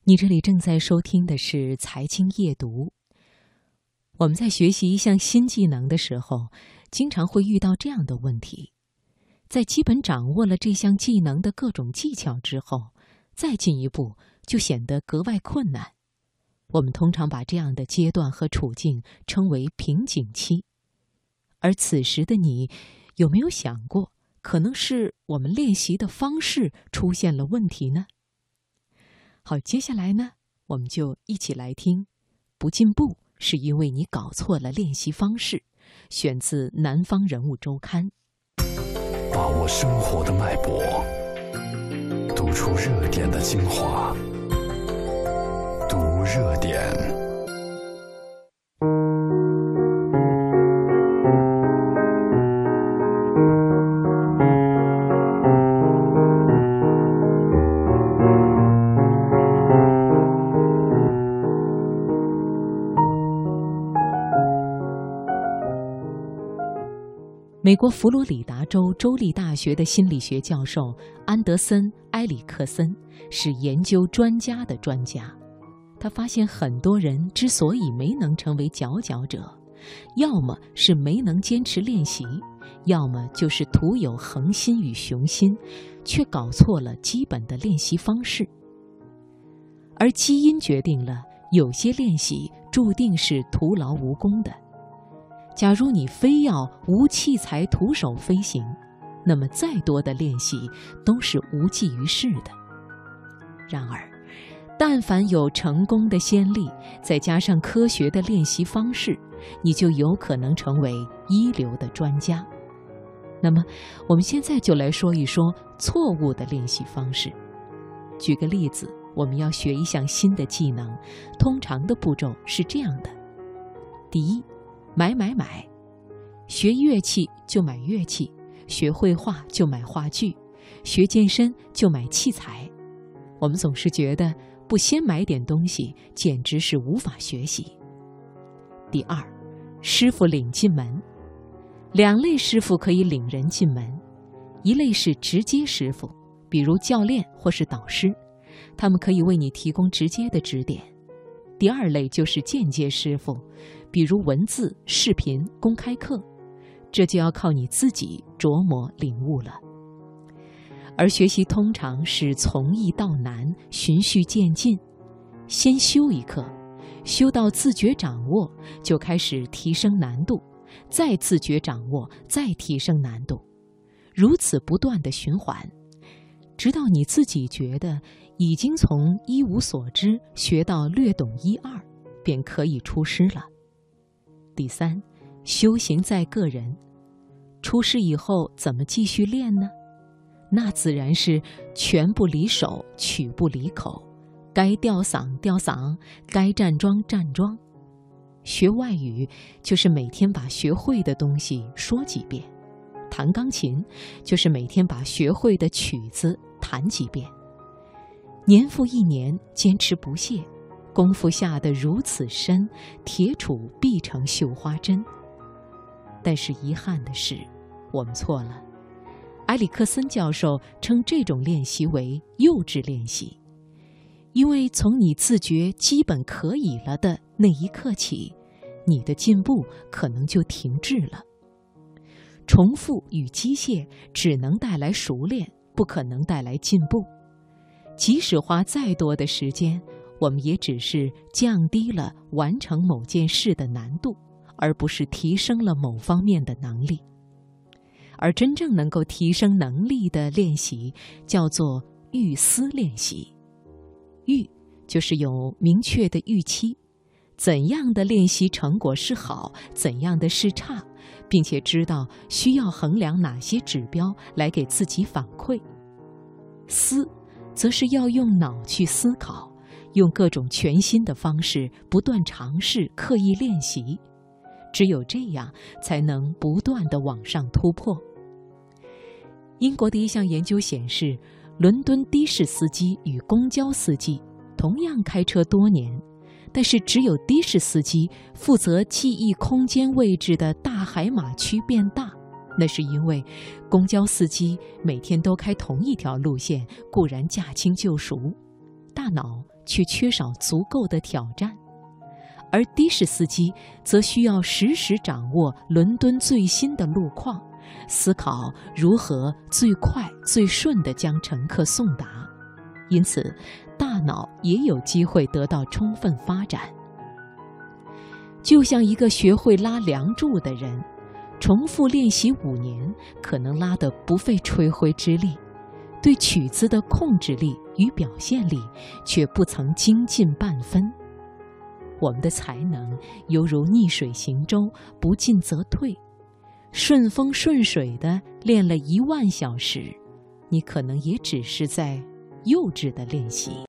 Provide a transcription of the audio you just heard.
你这里正在收听的是财经夜读。我们在学习一项新技能的时候，经常会遇到这样的问题：在基本掌握了这项技能的各种技巧之后，再进一步就显得格外困难。我们通常把这样的阶段和处境称为瓶颈期。而此时的你，有没有想过，可能是我们练习的方式出现了问题呢？好，接下来呢，我们就一起来听不进步是因为你搞错了练习方式，选自《南方人物周刊》。 把握生活的脉搏，读出热点的精华，读热点。 美国佛罗里达州州立大学的心理学教授安德森·埃里克森是研究专家的专家。他发现很多人之所以没能成为佼佼者，要么是没能坚持练习，要么就是徒有恒心与雄心，却搞错了基本的练习方式。而基因决定了有些练习注定是徒劳无功的。假如你非要无器材徒手飞行，那么再多的练习都是无济于事的。然而，但凡有成功的先例，再加上科学的练习方式，你就有可能成为一流的专家。那么，我们现在就来说一说错误的练习方式。举个例子，我们要学一项新的技能，通常的步骤是这样的：第一，买，学乐器就买乐器，学绘画就买画具，学健身就买器材。我们总是觉得不先买点东西，简直是无法学习。第二，师傅领进门。两类师傅可以领人进门，一类是直接师傅，比如教练或是导师，他们可以为你提供直接的指点。第二类就是间接师傅，比如文字、视频、公开课，这就要靠你自己琢磨领悟了。而学习通常是从易到难，循序渐进，先修一课，修到自觉掌握，就开始提升难度，再自觉掌握，再提升难度，如此不断的循环，直到你自己觉得已经从一无所知学到略懂一二，便可以出师了。第三，修行在个人。出师以后怎么继续练呢？那自然是拳不离手，曲不离口，该吊嗓吊嗓，该站桩站桩。学外语就是每天把学会的东西说几遍，弹钢琴就是每天把学会的曲子弹几遍。年复一年，坚持不懈，功夫下得如此深，铁杵必成绣花针。但是遗憾的是，我们错了。埃里克森教授称这种练习为幼稚练习，因为从你自觉基本可以了的那一刻起，你的进步可能就停滞了。重复与机械只能带来熟练，不可能带来进步。即使花再多的时间，我们也只是降低了完成某件事的难度，而不是提升了某方面的能力。而真正能够提升能力的练习叫做预思练习。预就是有明确的预期，怎样的练习成果是好，怎样的是差，并且知道需要衡量哪些指标来给自己反馈。思则是要用脑去思考，用各种全新的方式不断尝试，刻意练习，只有这样才能不断地往上突破。英国的一项研究显示，伦敦的士司机与公交司机同样开车多年，但是只有的士司机负责记忆空间位置的大海马区变大，那是因为公交司机每天都开同一条路线，固然驾轻就熟， 大脑却缺少足够的挑战。而的士司机则需要时时掌握伦敦最新的路况，思考如何最快最顺地将乘客送达，因此大脑也有机会得到充分发展。就像一个学会拉梁柱的人，重复练习5年，可能拉得不费吹灰之力，对曲子的控制力与表现力却不曾精进半分。我们的才能犹如逆水行舟，不进则退。顺风顺水地练了1万小时，你可能也只是在幼稚地练习。